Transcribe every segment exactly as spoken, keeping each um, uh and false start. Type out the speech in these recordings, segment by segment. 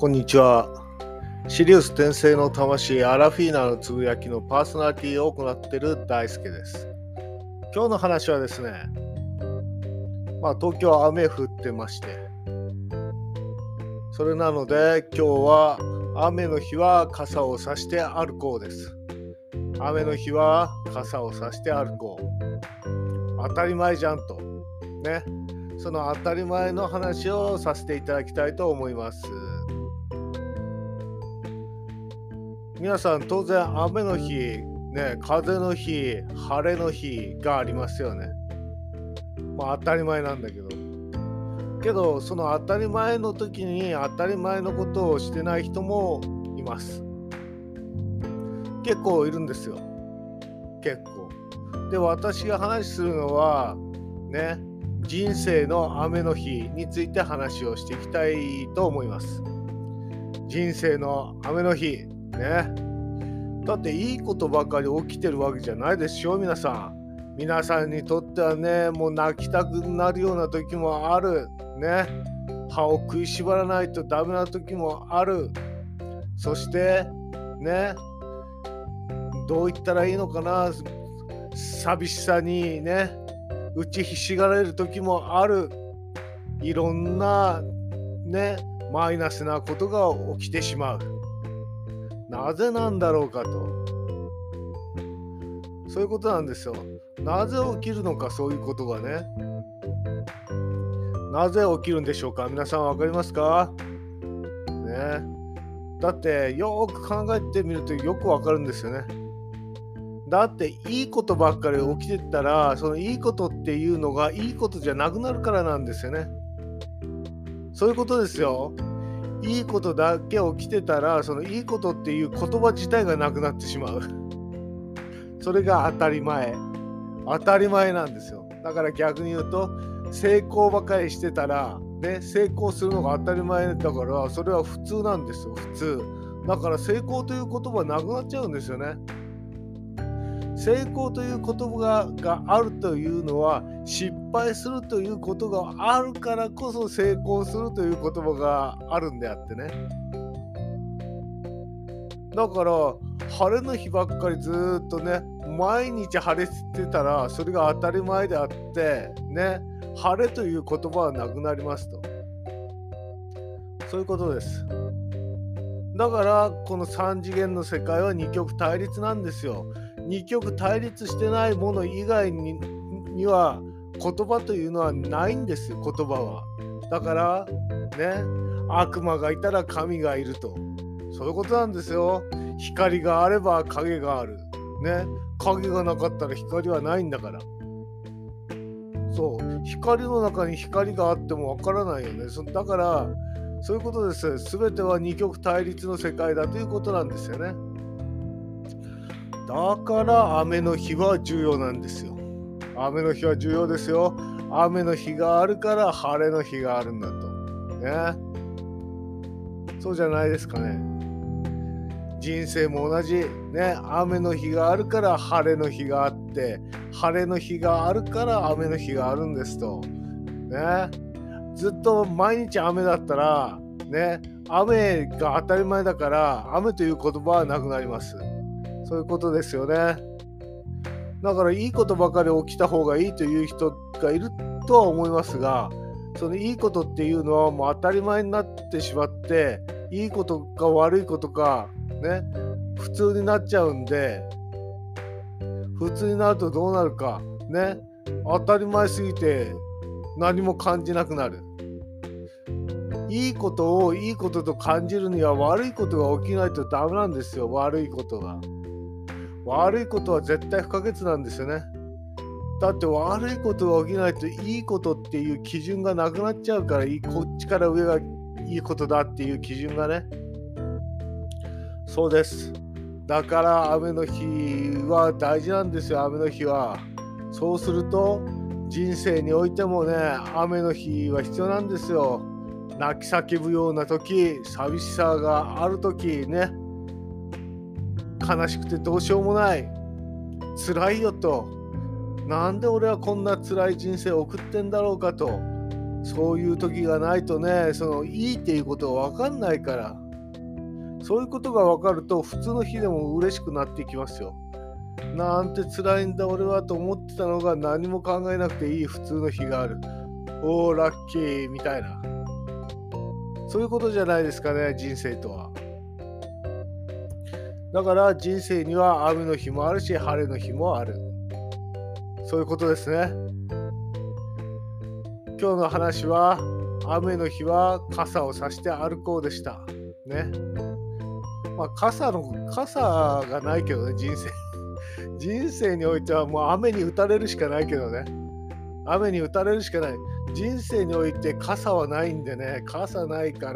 こんにちは。シリウス転生の魂アラフィーナのつぶやきのパーソナリティを行っている大輔です。今日の話はですね、まあ、東京は雨降ってまして、それなので今日は雨の日は傘を差して歩こうです。雨の日は傘を差して歩こう。当たり前じゃんとね、その当たり前の話をさせていただきたいと思います。皆さん当然雨の日、ね、風の日、晴れの日がありますよね。まあ当たり前なんだけど。けどその当たり前の時に当たり前のことをしてない人もいます。結構いるんですよ。結構。で、私が話するのはね、人生の雨の日について話をしていきたいと思います。人生の雨の日。ね、だっていいことばかり起きてるわけじゃないでしょ。皆さん皆さんにとってはね、もう泣きたくなるような時もあるね、歯を食いしばらないとダメな時もある。そしてね、どう言ったらいいのかな、寂しさにね打ちひしがれる時もある。いろんなねマイナスなことが起きてしまう。なぜなんだろうかと、そういうことなんですよ。なぜ起きるのか、そういうことがね。なぜ起きるんでしょうか。皆さんわかりますかね。だってよく考えてみるとよくわかるんですよね。だっていいことばっかり起きてたら、そのいいことっていうのがいいことじゃなくなるからなんですよね。そういうことですよ。いいことだけ起きてたら、そのいいことっていう言葉自体がなくなってしまう。それが当たり前。当たり前なんですよ。だから逆に言うと、成功ばかりしてたら、ね、成功するのが当たり前だから、それは普通なんですよ、普通。だから成功という言葉なくなっちゃうんですよね。成功という言葉があるというのは、失敗するということがあるからこそ成功するという言葉があるんであってね。だから晴れの日ばっかりずっとね、毎日晴れてたらそれが当たり前であってね、晴れという言葉はなくなりますと。そういうことです。だからこのさん次元の世界は二極対立なんですよ。二極対立してないもの以外 に, には言葉というのはないんですよ。言葉はだからね、悪魔がいたら神がいると、そういうことなんですよ。光があれば影があるね、影がなかったら光はないんだから。そう、光の中に光があってもわからないよね。そだからそういうことです。すべては二極対立の世界だということなんですよね。だから雨の日は重要なんですよ。雨の日は重要ですよ。雨の日があるから晴れの日があるんだとね。そうじゃないですかね。人生も同じね。雨の日があるから晴れの日があって、晴れの日があるから雨の日があるんですとね。ずっと毎日雨だったらね、雨が当たり前だから雨という言葉はなくなります。そういうことですよね。だからいいことばかり起きた方がいいという人がいるとは思いますが、そのいいことっていうのはもう当たり前になってしまって、いいことか悪いことかね、普通になっちゃうんで、普通になるとどうなるかね、当たり前すぎて何も感じなくなる。いいことをいいことと感じるには悪いことが起きないとダメなんですよ。悪いことが悪いことは絶対不可欠なんですよね。だって悪いことが起きないといいことっていう基準がなくなっちゃうから、こっちから上がいいことだっていう基準がね。そうです。だから雨の日は大事なんですよ。雨の日は。そうすると人生においてもね、雨の日は必要なんですよ。泣き叫ぶような時、寂しさがある時ね、悲しくてどうしようもない、辛いよと、なんで俺はこんな辛い人生を送ってんだろうかと、 そういう時がないとね、そのいいっていうことが分かんないから、そういうことが分かると普通の日でも嬉しくなっていきますよ。なんて辛いんだ俺はと思ってたのが、何も考えなくていい普通の日がある。おーラッキーみたいな、そういうことじゃないですかね、人生とは。だから人生には雨の日もあるし晴れの日もある、そういうことですね。今日の話は、雨の日は傘を差して歩こうでしたね。まあ傘の傘がないけどね、人生人生においてはもう雨に打たれるしかないけどね。雨に打たれるしかない。人生において傘はないんでね、傘ないから、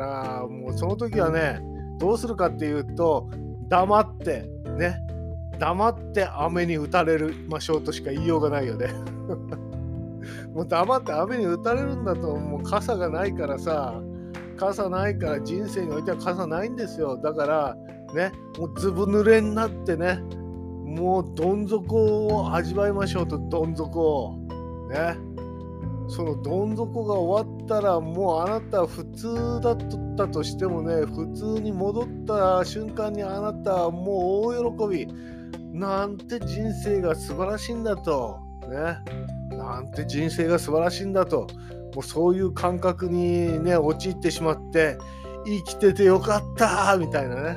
もうその時はね、どうするかっていうと、黙ってね、黙って雨に打たれるましょうとしか言いようがないよね。もう黙って雨に打たれるんだと、もう傘がないからさ、傘ないから人生においては傘ないんですよ。だからね、もうずぶ濡れになってね、もうどん底を味わいましょうと、どん底をね。そのどん底が終わったら、もうあなたは普通だったとしてもね、普通に戻った瞬間にあなたはもう大喜び。なんて人生が素晴らしいんだとね。なんて人生が素晴らしいんだと、もうそういう感覚にね陥ってしまって、生きててよかったみたいなね、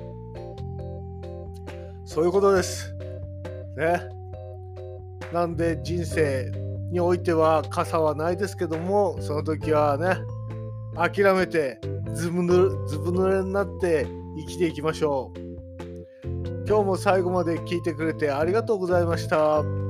そういうことですね。なんで人生においては傘はないですけども、その時はね、諦めてずぶぬずぶ濡れになって生きていきましょう。今日も最後まで聞いてくれてありがとうございました。